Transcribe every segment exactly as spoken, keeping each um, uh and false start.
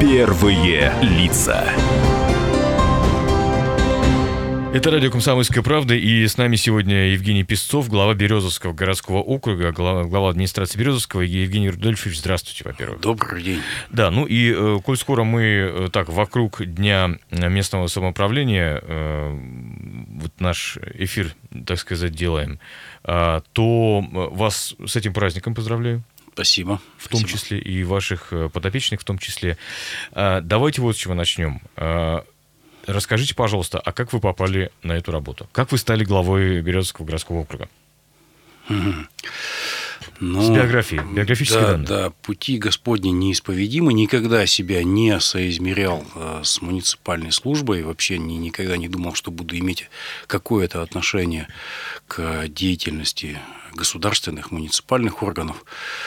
Первые лица. Это радио «Комсомольская правда», и с нами сегодня Евгений Песцов, глава Березовского городского округа, глава, глава администрации Березовского. Евгений Рудольфович, здравствуйте, во-первых. Добрый день. Да, ну и э, коль скоро мы э, так вокруг Дня местного самоуправления э, вот наш эфир, так сказать, делаем, э, то вас с этим праздником поздравляю. Спасибо. В том Спасибо. числе и ваших подопечных в том числе. Э, давайте вот с чего начнем. Э, Расскажите, пожалуйста, а как вы попали на эту работу? Как вы стали главой Березовского городского округа? Mm-hmm. Ну, с биографией, биографические да, данные. Да, пути Господни неисповедимы. Никогда себя не соизмерял э, с муниципальной службой. Вообще ни, никогда не думал, что буду иметь какое-то отношение к деятельности государственных, муниципальных органов.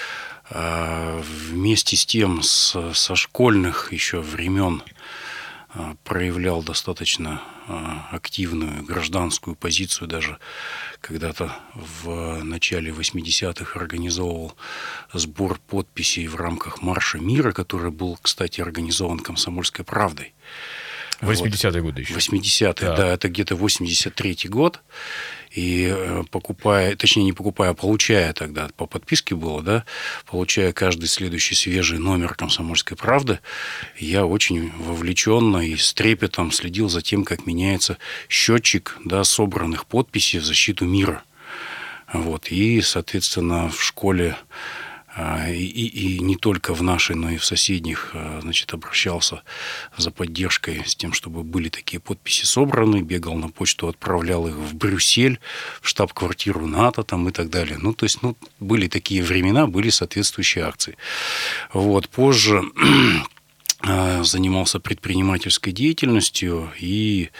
А вместе с тем, с, со школьных еще времен проявлял достаточно активную гражданскую позицию, даже когда-то в начале восьмидесятых организовывал сбор подписей в рамках Марша мира, который был, кстати, организован «Комсомольской правдой». восьмидесятые годы еще. восьмидесятые, да. да, это где-то восемьдесят третий год. И покупая, точнее не покупая, а получая тогда, по подписке было, да, получая каждый следующий свежий номер «Комсомольской правды», я очень вовлеченно и с трепетом следил за тем, как меняется счетчик, да, собранных подписей в защиту мира. Вот. И, соответственно, в школе И, и, и не только в нашей, но и в соседних, значит, обращался за поддержкой с тем, чтобы были такие подписи собраны, бегал на почту, отправлял их в Брюссель, в штаб-квартиру НАТО там, и так далее. Ну, то есть, ну, были такие времена, были соответствующие акции. Вот. Позже занимался предпринимательской деятельностью и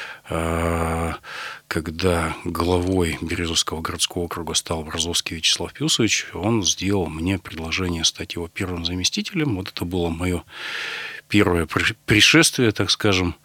когда главой Березовского городского округа стал Борзовский Вячеслав Пиусович, он сделал мне предложение стать его первым заместителем. Вот это было мое первое пришествие, так скажем,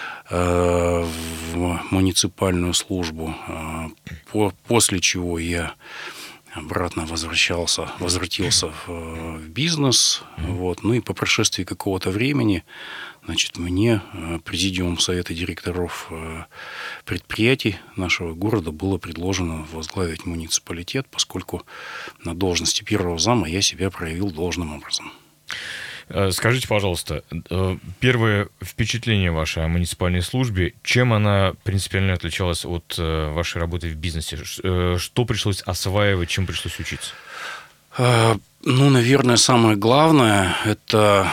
в муниципальную службу. После чего я обратно возвращался, возвратился в бизнес. Вот. Ну и по прошествии какого-то времени, значит, мне президиум Совета директоров предприятий нашего города было предложено возглавить муниципалитет, поскольку на должности первого зама я себя проявил должным образом. Скажите, пожалуйста, первое впечатление ваше о муниципальной службе, чем она принципиально отличалась от вашей работы в бизнесе? Что пришлось осваивать, чем пришлось учиться? Ну, наверное, самое главное – это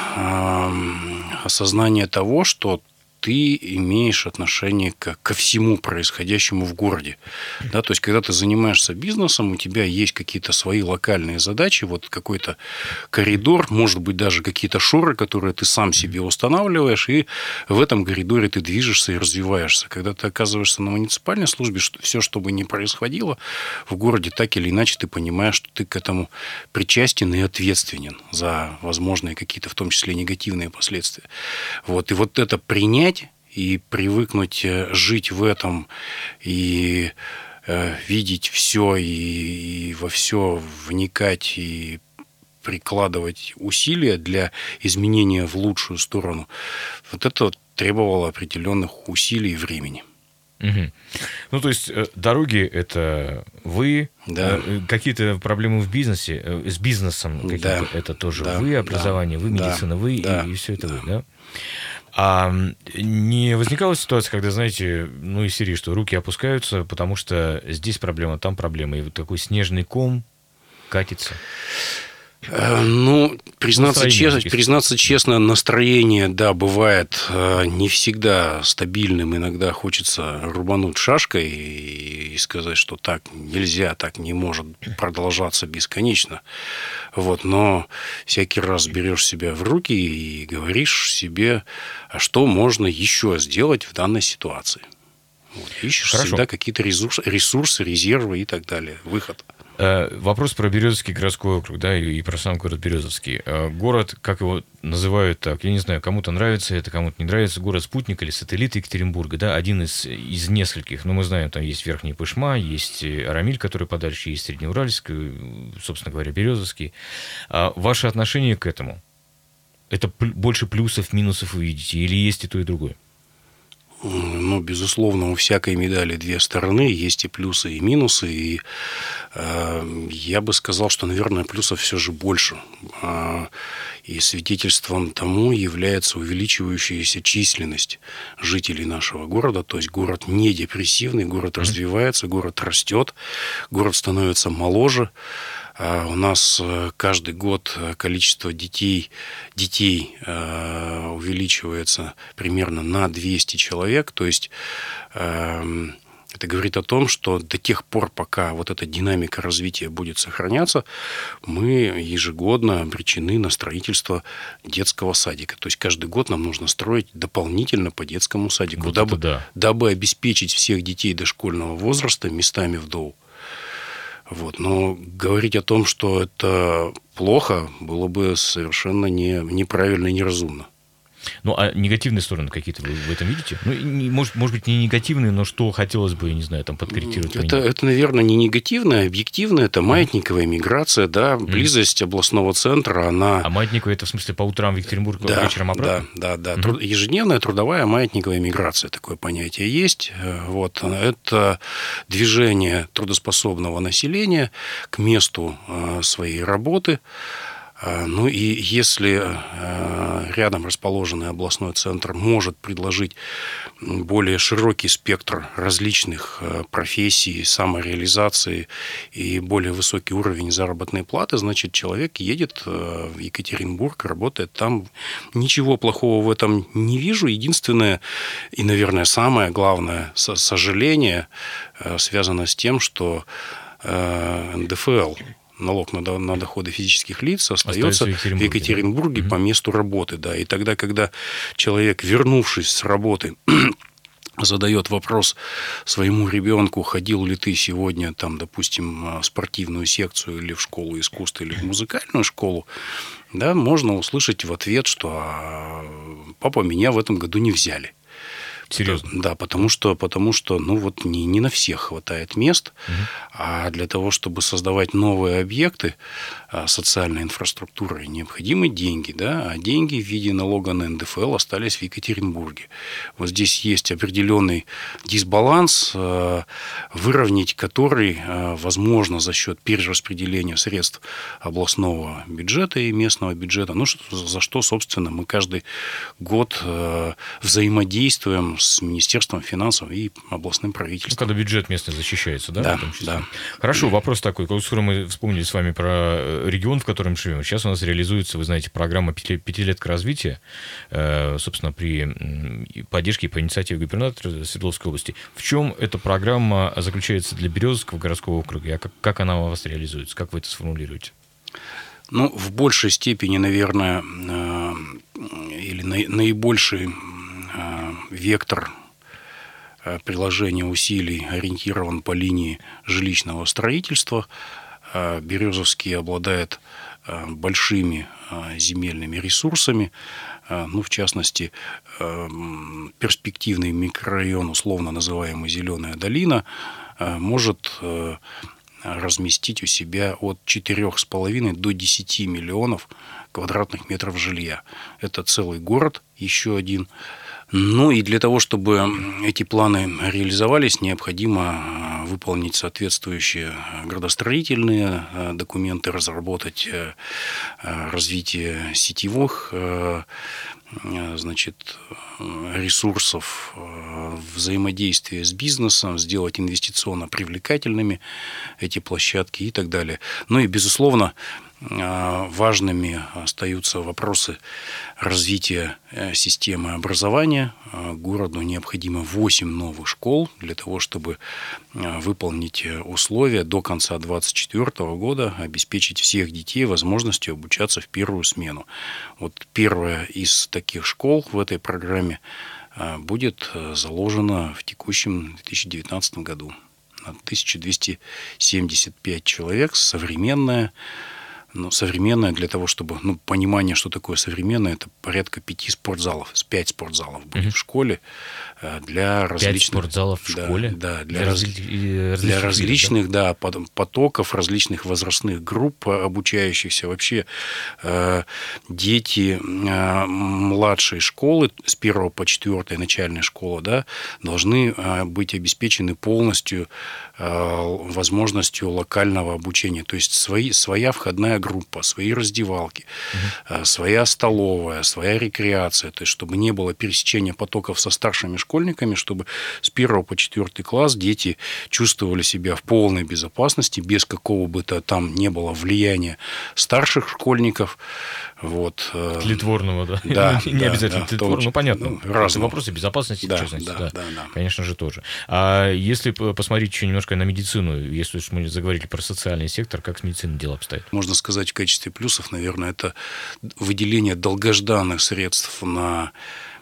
осознание того, что ты имеешь отношение ко, ко всему происходящему в городе. Да, то есть, когда ты занимаешься бизнесом, у тебя есть какие-то свои локальные задачи, вот какой-то коридор, может быть, даже какие-то шоры, которые ты сам себе устанавливаешь, и в этом коридоре ты движешься и развиваешься. Когда ты оказываешься на муниципальной службе, что, все, что бы ни происходило в городе, так или иначе ты понимаешь, что ты к этому причастен и ответственен за возможные какие-то, в том числе, негативные последствия. Вот. И вот это принятие и привыкнуть жить в этом, и э, видеть все, и, и во все вникать, и прикладывать усилия для изменения в лучшую сторону, вот это требовало определенных усилий и времени. Угу. Ну, то есть, дороги – это вы, да. Какие-то проблемы в бизнесе, с бизнесом да. это тоже да. вы, образование, да. вы, медицина, вы, да. и, и все это да. вы, да? А не возникала ситуация, когда, знаете, ну, из серии, что руки опускаются, потому что здесь проблема, там проблема, и вот такой снежный ком катится? Ну, признаться честно, признаться честно, настроение, да, бывает не всегда стабильным. Иногда хочется рубануть шашкой и сказать, что так нельзя, так не может продолжаться бесконечно. Вот, но всякий раз берешь себя в руки и говоришь себе, а что можно еще сделать в данной ситуации. Вот, ищешь Хорошо. всегда какие-то ресурсы, ресурсы, резервы и так далее, выход. Вопрос про Березовский городской округ, да, и про сам город Березовский. Город, как его называют так, я не знаю, кому-то нравится это, кому-то не нравится, город-спутник или сателлит Екатеринбурга, да, один из, из нескольких, но мы знаем, там есть Верхняя Пышма, есть Арамиль, который подальше, есть Среднеуральск, собственно говоря, Березовский. А ваше отношение к этому? Это больше плюсов, минусов вы видите? Или есть и то, и другое? Ну, безусловно, у всякой медали две стороны. Есть и плюсы, и минусы. И э, я бы сказал, что, наверное, плюсов все же больше. Э, и свидетельством тому является увеличивающаяся численность жителей нашего города. То есть город не депрессивный, город mm-hmm. развивается, город растет, город становится моложе. У нас каждый год количество детей, детей увеличивается примерно на двести человек. То есть это говорит о том, что до тех пор, пока вот эта динамика развития будет сохраняться, мы ежегодно обречены на строительство детского садика. То есть каждый год нам нужно строить дополнительно по детскому садику, вот дабы, да. дабы обеспечить всех детей дошкольного возраста местами в ДОУ. Вот. Но говорить о том, что это плохо, было бы совершенно не, неправильно и неразумно. Ну, а негативные стороны какие-то вы в этом видите? Ну, не, может, может быть, не негативные, но что хотелось бы, не знаю, там подкорректировать? Это, это, наверное, не негативное, а объективное. Это маятниковая миграция, да, близость mm. областного центра, она... А маятниковая, это в смысле по утрам в Екатеринбург, да, а вечером обратно? Да, да, да. Mm-hmm. Ежедневная трудовая маятниковая миграция, такое понятие есть. Вот. Это движение трудоспособного населения к месту своей работы. Ну и если рядом расположенный областной центр может предложить более широкий спектр различных профессий, самореализации и более высокий уровень заработной платы, значит, человек едет в Екатеринбург, работает там. Ничего плохого в этом не вижу. Единственное и, наверное, самое главное сожаление связано с тем, что эн дэ эф эл, налог на, на доходы физических лиц, остается, остается в Екатеринбурге, в Екатеринбурге да? по месту работы. Да. И тогда, когда человек, вернувшись с работы, задает вопрос своему ребенку, ходил ли ты сегодня, там, допустим, в спортивную секцию или в школу искусств, или в музыкальную школу, да, можно услышать в ответ, что а, папа, меня в этом году не взяли. Серьезно? Да, потому что, потому что ну, вот не, не на всех хватает мест, угу. а для того, чтобы создавать новые объекты социальной инфраструктуры, необходимы деньги, да, а деньги в виде налога на эн дэ эф эл остались в Екатеринбурге. Вот здесь есть определенный дисбаланс, выровнять который возможно за счет перераспределения средств областного бюджета и местного бюджета, ну, за что, собственно, мы каждый год взаимодействуем с Министерством финансов и областным правительством. Ну, когда бюджет местный защищается, да? Да, в том числе. да. Хорошо, вопрос такой. Скоро мы вспомнили с вами про регион, в котором живем. Сейчас у нас реализуется, вы знаете, программа «Пятилетка развития», собственно, при поддержке и по инициативе губернатора Свердловской области. В чем эта программа заключается для Березовского городского округа? А как, как она у вас реализуется? Как вы это сформулируете? Ну, в большей степени, наверное, или наибольший вектор приложения усилий ориентирован по линии жилищного строительства. Березовский обладает большими земельными ресурсами. Ну, в частности, перспективный микрорайон, условно называемый «Зеленая долина», может разместить у себя от четырёх с половиной до десяти миллионов квадратных метров жилья. Это целый город, еще один. Ну и для того, чтобы эти планы реализовались, необходимо выполнить соответствующие градостроительные документы, разработать развитие сетевых, значит, ресурсов, взаимодействия с бизнесом, сделать инвестиционно привлекательными эти площадки и так далее. Ну и, безусловно, важными остаются вопросы развития системы образования. Городу необходимо восемь новых школ для того, чтобы выполнить условия до конца две тысячи двадцать четвёртого года, обеспечить всех детей возможностью обучаться в первую смену. Вот первая из таких школ в этой программе будет заложена в текущем две тысячи девятнадцатом году. тысяча двести семьдесят пять человек, современная, Ну, современное для того, чтобы, ну, понимание, что такое современное, это порядка пяти спортзалов, пять спортзалов будет mm-hmm. в школе для различных... Пять спортзалов в да, школе? Да, для, для, раз... разли... для различных, видов, да? Да, потоков, различных возрастных групп обучающихся. Вообще э, дети э, младшей школы с первого по четвёртой начальной школы, да, должны э, быть обеспечены полностью э, возможностью локального обучения. То есть свои, своя входная группа, свои раздевалки, угу. своя столовая, своя рекреация, то есть чтобы не было пересечения потоков со старшими школьниками, чтобы с первого по четвертый класс дети чувствовали себя в полной безопасности, без какого бы то там не было влияния старших школьников. Вот. Тлетворного, да? Да. Не да, обязательно да, тлетворного, ну, понятно. Ну, это вопросы безопасности, да, честности, да, да. Да, да. Конечно же, тоже. А если посмотреть еще немножко на медицину, если уж мы заговорили про социальный сектор, как с медициной дела обстоят? Можно сказать, в качестве плюсов, наверное, это выделение долгожданных средств на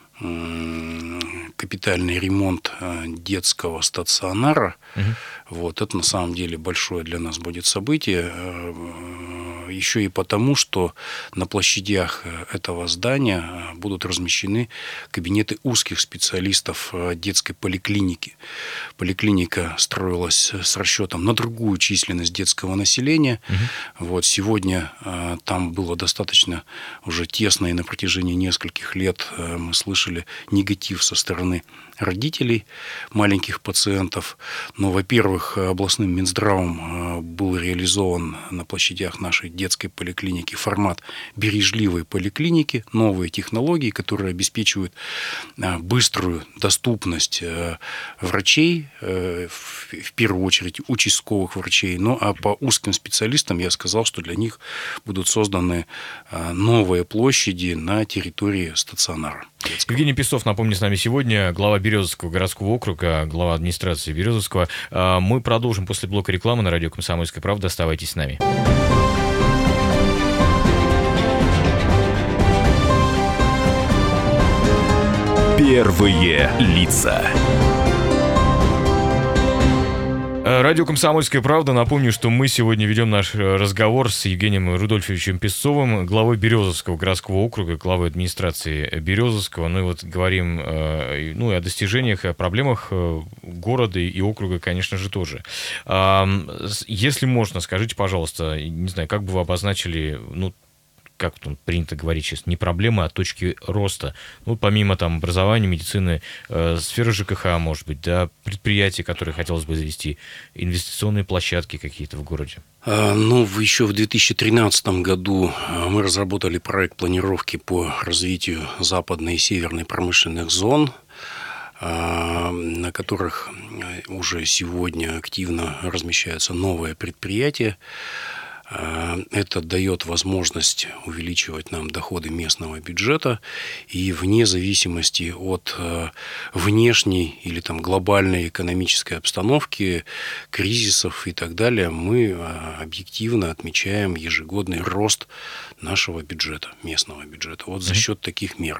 капитальный ремонт детского стационара. Угу. Вот, это на самом деле большое для нас будет событие. Еще и потому, что на площадях этого здания будут размещены кабинеты узких специалистов детской поликлиники. Поликлиника строилась с расчетом на другую численность детского населения. Угу. Вот, сегодня там было достаточно уже тесно, и на протяжении нескольких лет мы слышали негатив со стороны родителей маленьких пациентов. Но, во-первых, областным Минздравом был реализован на площадях нашей детской поликлиники формат бережливой поликлиники, новые технологии, которые обеспечивают быструю доступность врачей, в первую очередь участковых врачей. Ну, а по узким специалистам я сказал, что для них будут созданы новые площади на территории стационара. Евгений Песцов, напомню, с нами сегодня, глава Березовского городского округа, глава администрации Березовского. Мы продолжим после блока рекламы на радио «Комсомольская правда». Оставайтесь с нами. Первые лица. Радио «Комсомольская правда». Напомню, что мы сегодня ведем наш разговор с Евгением Рудольфовичем Песцовым, главой Березовского городского округа, главой администрации Березовского. Ну и вот говорим ну, и о достижениях, и о проблемах города и округа, конечно же, тоже. Если можно, скажите, пожалуйста, не знаю, как бы вы обозначили, ну, как тут принято говорить сейчас, не проблемы, а точки роста. Ну, помимо там образования, медицины, э, сферы ЖКХ, может быть, да, предприятия, которые хотелось бы завести, инвестиционные площадки какие-то в городе. Ну, еще в две тысячи тринадцатом году мы разработали проект планировки по развитию западной и северной промышленных зон, на которых уже сегодня активно размещаются новые предприятия. Это дает возможность увеличивать нам доходы местного бюджета, и вне зависимости от внешней или там глобальной экономической обстановки, кризисов и так далее, мы объективно отмечаем ежегодный рост нашего бюджета, местного бюджета, вот за счет таких мер.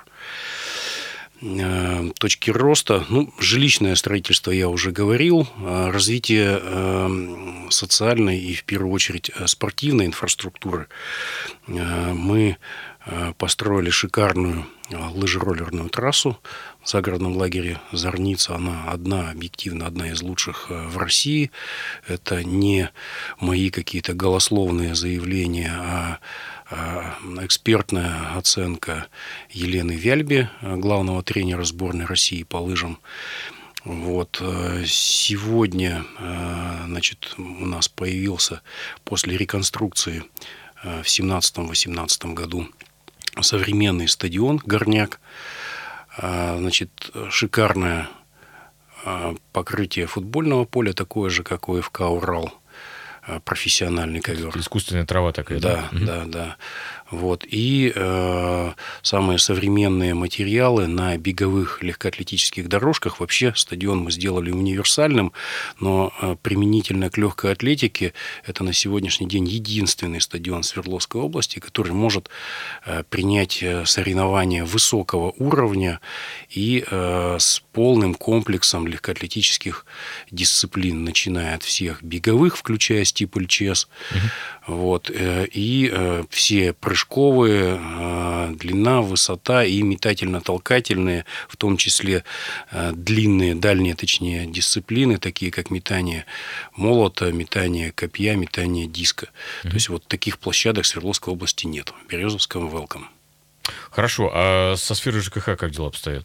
Точки роста, ну, жилищное строительство я уже говорил, развитие социальной и, в первую очередь, спортивной инфраструктуры. Мы построили шикарную лыжероллерную трассу в загородном лагере Зорница. Она одна, объективно, одна из лучших в России. Это не мои какие-то голословные заявления, а экспертная оценка Елены Вяльби, главного тренера сборной России по лыжам. Вот. Сегодня, значит, у нас появился после реконструкции в семнадцатом-восемнадцатом году современный стадион «Горняк». Значит, шикарное покрытие футбольного поля, такое же, как у ФК «Урал». Профессиональный ковер. Искусственная трава такая, да? Да, угу. да, да. Вот. И э, самые современные материалы на беговых легкоатлетических дорожках. Вообще стадион мы сделали универсальным, но э, применительно к легкой атлетике это на сегодняшний день единственный стадион Свердловской области, который может э, принять соревнования высокого уровня и э, с полным комплексом легкоатлетических дисциплин, начиная от всех беговых, включая степень, типа ЛьЧС. Угу. Вот. И все прыжковые, длина, высота и метательно-толкательные, в том числе длинные, дальние, точнее, дисциплины, такие как метание молота, метание копья, метание диска. Угу. То есть вот таких площадок в Свердловской области нет. В Березовском welcome. Хорошо. А со сферой ЖКХ как дела обстоят?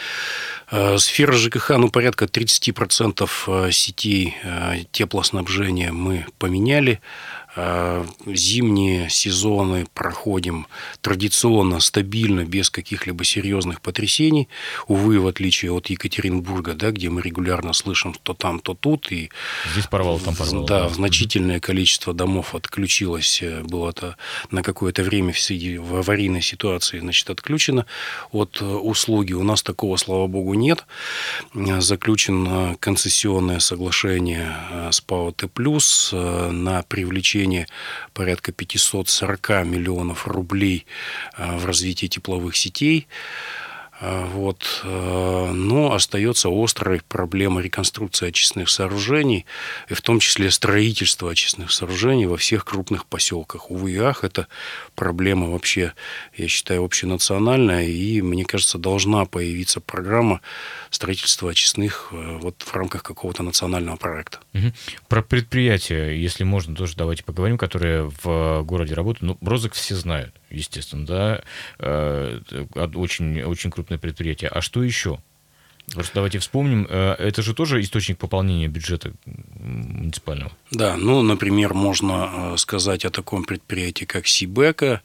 Сфера ЖКХ, ну, порядка тридцать процентов сетей теплоснабжения мы поменяли. Зимние сезоны проходим традиционно, стабильно, без каких-либо серьезных потрясений. Увы, в отличие от Екатеринбурга, да, где мы регулярно слышим то там, то тут. И здесь порвало, там порвало. Да, значительное количество домов отключилось. Было это на какое-то время в аварийной ситуации, значит, отключено от услуги. У нас такого, слава богу, нет. Заключено концессионное соглашение с ПАО Т+, на привлечение порядка пятьсот сорок миллионов рублей в развитие тепловых сетей. Вот. Но остается острой проблема реконструкции очистных сооружений, и в том числе строительства очистных сооружений во всех крупных поселках. Увы и ах, это проблема вообще, я считаю, общенациональная, и, мне кажется, должна появиться программа строительства очистных вот в рамках какого-то национального проекта. Угу. Про предприятия, если можно, тоже давайте поговорим, которые в городе работают. Ну, Брозок все знают, естественно, да, очень, очень крупное предприятие. А что еще? Просто давайте вспомним, это же тоже источник пополнения бюджета муниципального. Да, ну, например, можно сказать о таком предприятии, как Сибэко,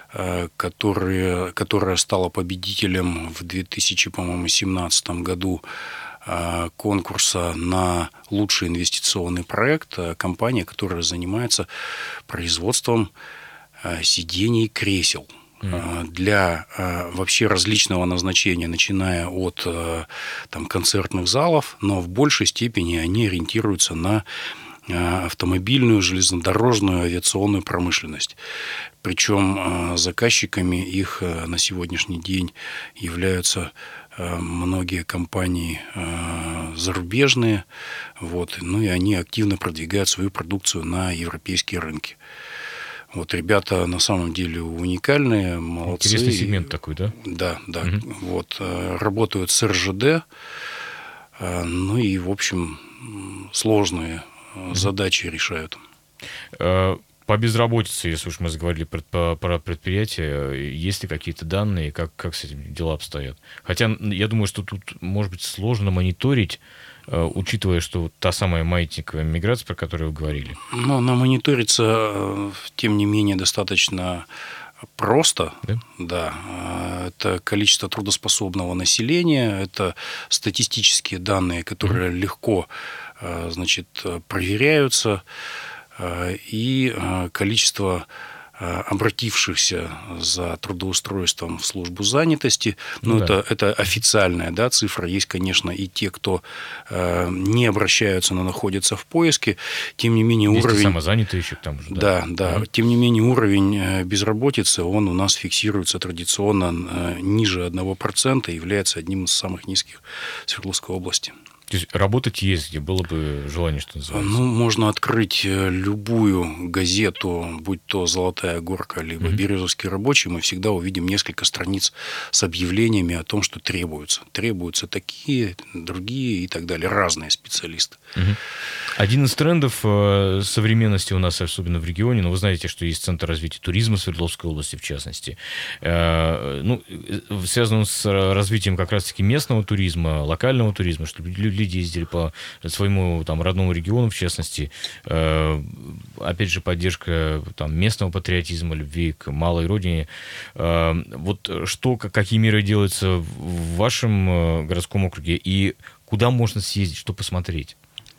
которое, которое стало победителем в две тысячи семнадцатом году конкурса на лучший инвестиционный проект. Компания, которая занимается производством сидений, кресел для вообще различного назначения, начиная от там, концертных залов, но в большей степени они ориентируются на автомобильную, железнодорожную, авиационную промышленность. Причем заказчиками их на сегодняшний день являются многие компании зарубежные, вот, ну и они активно продвигают свою продукцию на европейские рынки. Вот ребята на самом деле уникальные, молодцы. Интересный сегмент такой, да? Да, да. Угу. Вот, работают с эр жэ дэ, ну и, в общем, сложные угу. задачи решают. По безработице, если уж мы заговорили про, про предприятия, есть ли какие-то данные, как, как с этим дела обстоят? Хотя я думаю, что тут, может быть, сложно мониторить, учитывая, что та самая маятниковая миграция, про которую вы говорили. Ну, она мониторится, тем не менее, достаточно просто. Да? Да. Это количество трудоспособного населения, это статистические данные, которые mm-hmm. легко, значит, проверяются, и количество обратившихся за трудоустройством в службу занятости. Ну, ну, это, да. это официальная, да, цифра. Есть, конечно, и те, кто э, не обращаются, но находятся в поиске. Тем не менее, есть уровень... самозанятые еще к тому же. Да, да. да. Mm-hmm. Тем не менее, уровень безработицы, он у нас фиксируется традиционно ниже одного процента и является одним из самых низких в Свердловской области. То есть работать есть, где было бы желание, что называется? Ну, можно открыть любую газету, будь то «Золотая горка», либо mm-hmm. «Березовский рабочий», мы всегда увидим несколько страниц с объявлениями о том, что требуются. Требуются такие, другие и так далее, разные специалисты. Mm-hmm. Один из трендов современности у нас, особенно в регионе, ну, вы знаете, что есть Центр развития туризма Свердловской области, в частности. Ну, связан с развитием как раз-таки местного туризма, локального туризма, чтобы люди люди ездили по своему там, родному региону, в частности. Э, опять же, поддержка там, местного патриотизма, любви к малой родине. Э, вот что, какие меры делаются в вашем городском округе и куда можно съездить, что посмотреть?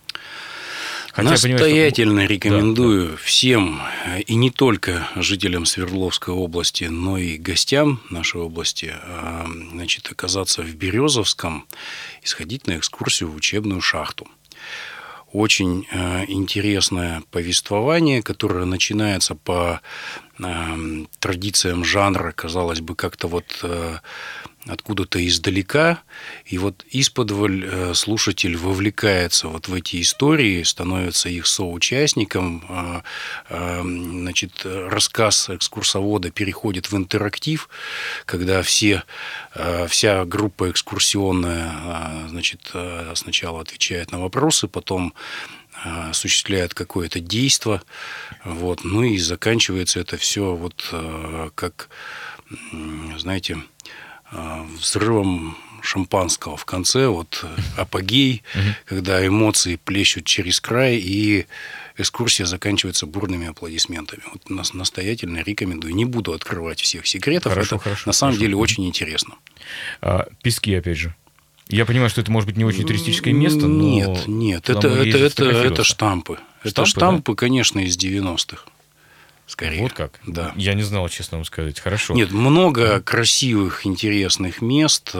Хотя настоятельно понимаю, что... рекомендую да, да. всем, и не только жителям Свердловской области, но и гостям нашей области, значит, оказаться в Березовском и сходить на экскурсию в учебную шахту. Очень интересное повествование, которое начинается по э, традициям жанра, казалось бы, как-то вот э, откуда-то издалека, и вот исподволь э, слушатель вовлекается вот в эти истории, становится их соучастником, э, э, значит, рассказ экскурсовода переходит в интерактив, когда все, э, вся группа экскурсионная э, значит, э, сначала отвечает на вопросы, потом э, осуществляет какое-то действие, вот, ну и заканчивается это все вот э, как, знаете, взрывом шампанского в конце, вот апогей, угу. когда эмоции плещут через край, и экскурсия заканчивается бурными аплодисментами. Вот настоятельно рекомендую. Не буду открывать всех секретов. Хорошо, это хорошо, на самом хорошо. деле очень интересно. А, пески, опять же. Я понимаю, что это может быть не очень туристическое место, но... Нет, нет, это, это, это, это штампы. штампы. Это штампы, да? Конечно, из девяностых. Скорее. Вот как? Да. Я не знал, честно вам сказать. Хорошо. Нет, много красивых, интересных мест.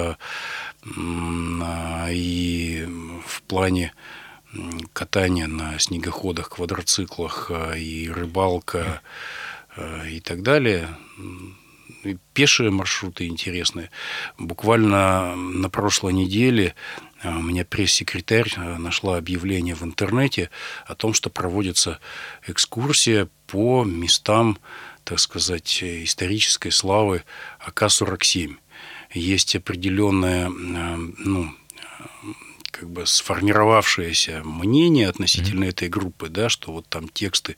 И в плане катания на снегоходах, квадроциклах, и рыбалка, и так далее. И пешие маршруты интересные. Буквально на прошлой неделе у меня пресс-секретарь нашла объявление в интернете о том, что проводится экскурсия по местам, так сказать, исторической славы А К сорок семь. Есть определенное, ну, как бы сформировавшееся мнение относительно mm-hmm. этой группы, да, что вот там тексты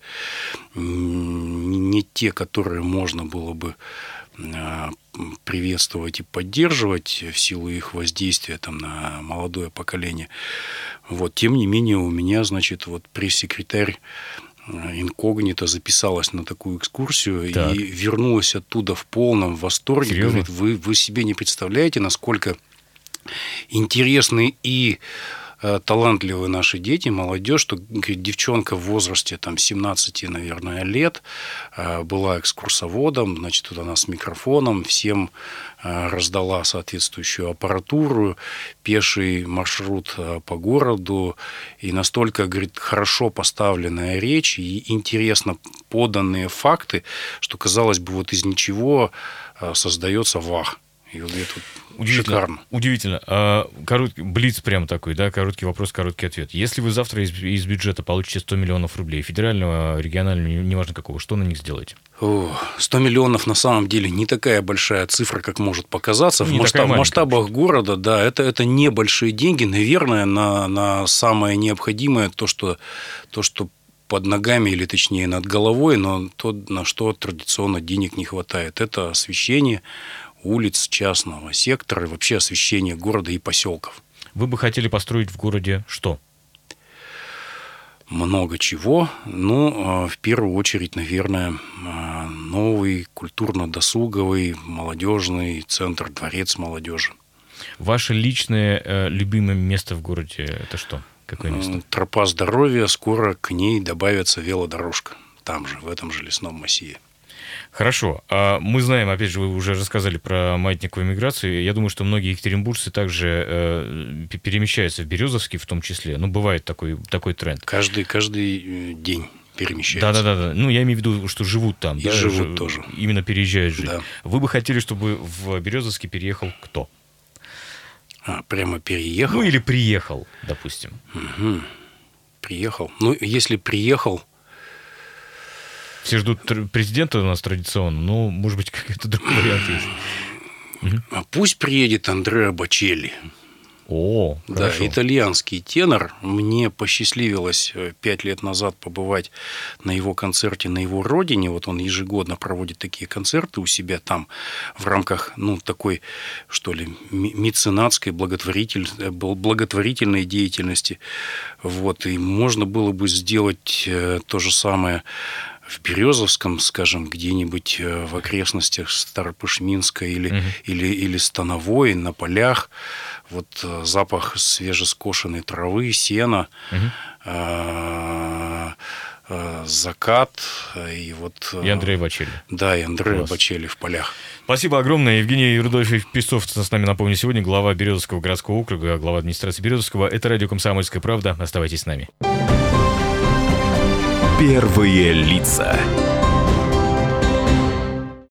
не те, которые можно было бы приветствовать и поддерживать в силу их воздействия там, на молодое поколение. Вот. Тем не менее, у меня, значит, вот пресс-секретарь инкогнито записалась на такую экскурсию так. и вернулась оттуда в полном восторге. Серьезно? Говорит, вы, вы себе не представляете, насколько интересны и талантливые наши дети, молодежь, что, говорит, девчонка в возрасте там, семнадцати, наверное, лет была экскурсоводом, значит, вот она с микрофоном, всем раздала соответствующую аппаратуру, пеший маршрут по городу, и настолько, говорит, хорошо поставленная речь и интересно поданные факты, что, казалось бы, вот из ничего создается вах. И вот это удивительно, шикарно. Удивительно. А, короткий, блиц прям такой, да, короткий вопрос, короткий ответ. Если вы завтра из, из бюджета получите сто миллионов рублей, федерального, регионального, неважно какого, что на них сделаете? О, сто миллионов на самом деле не такая большая цифра, как может показаться. Ну, в, масштаб, в масштабах города, да, это, это небольшие деньги, наверное, на, на самое необходимое, то, что, то, что под ногами, или точнее над головой, но то, на что традиционно денег не хватает. Это освещение улиц частного сектора и вообще освещение города и поселков. Вы бы хотели построить в городе что? Много чего. Ну, в первую очередь, наверное, новый культурно-досуговый молодежный центр, дворец молодежи. Ваше личное э, любимое место в городе – это что? Какое место? Тропа здоровья. Скоро к ней добавится велодорожка. Там же, в этом же лесном массиве. Хорошо. Мы знаем, опять же, вы уже рассказали про маятниковую миграцию. Я думаю, что многие екатеринбуржцы также э, перемещаются в Березовский в том числе. Ну, бывает такой, такой тренд. Каждый, каждый день перемещаются. Да-да-да. Ну, я имею в виду, что живут там. И да, живут ж... тоже. Именно переезжают жить. Да. Вы бы хотели, чтобы в Березовский переехал кто? А, прямо переехал? Ну, или приехал, допустим. Угу. Приехал. Ну, если приехал... Все ждут президента у нас традиционно, но, может быть, какой-то другой вариант есть. А пусть приедет Андреа Бочелли. О, да, хорошо. Итальянский тенор. Мне посчастливилось пять лет назад побывать на его концерте на его родине. Вот он ежегодно проводит такие концерты у себя там в рамках, ну, такой, что ли, меценатской, благотворитель... благотворительной деятельности. Вот, и можно было бы сделать то же самое в Березовском, скажем, где-нибудь в окрестностях Старопышминска или, угу. или, или Становой, на полях. Вот запах свежескошенной травы, сена, угу. э, э, закат. И, вот, и Андреа Бочелли. Да, и Андреа Бочелли в полях. Спасибо огромное. Евгений Рудольфович Песцов с нами, напомню, сегодня глава Березовского городского округа, глава администрации Березовского. Это радио «Комсомольская правда». Оставайтесь с нами. Первые лица.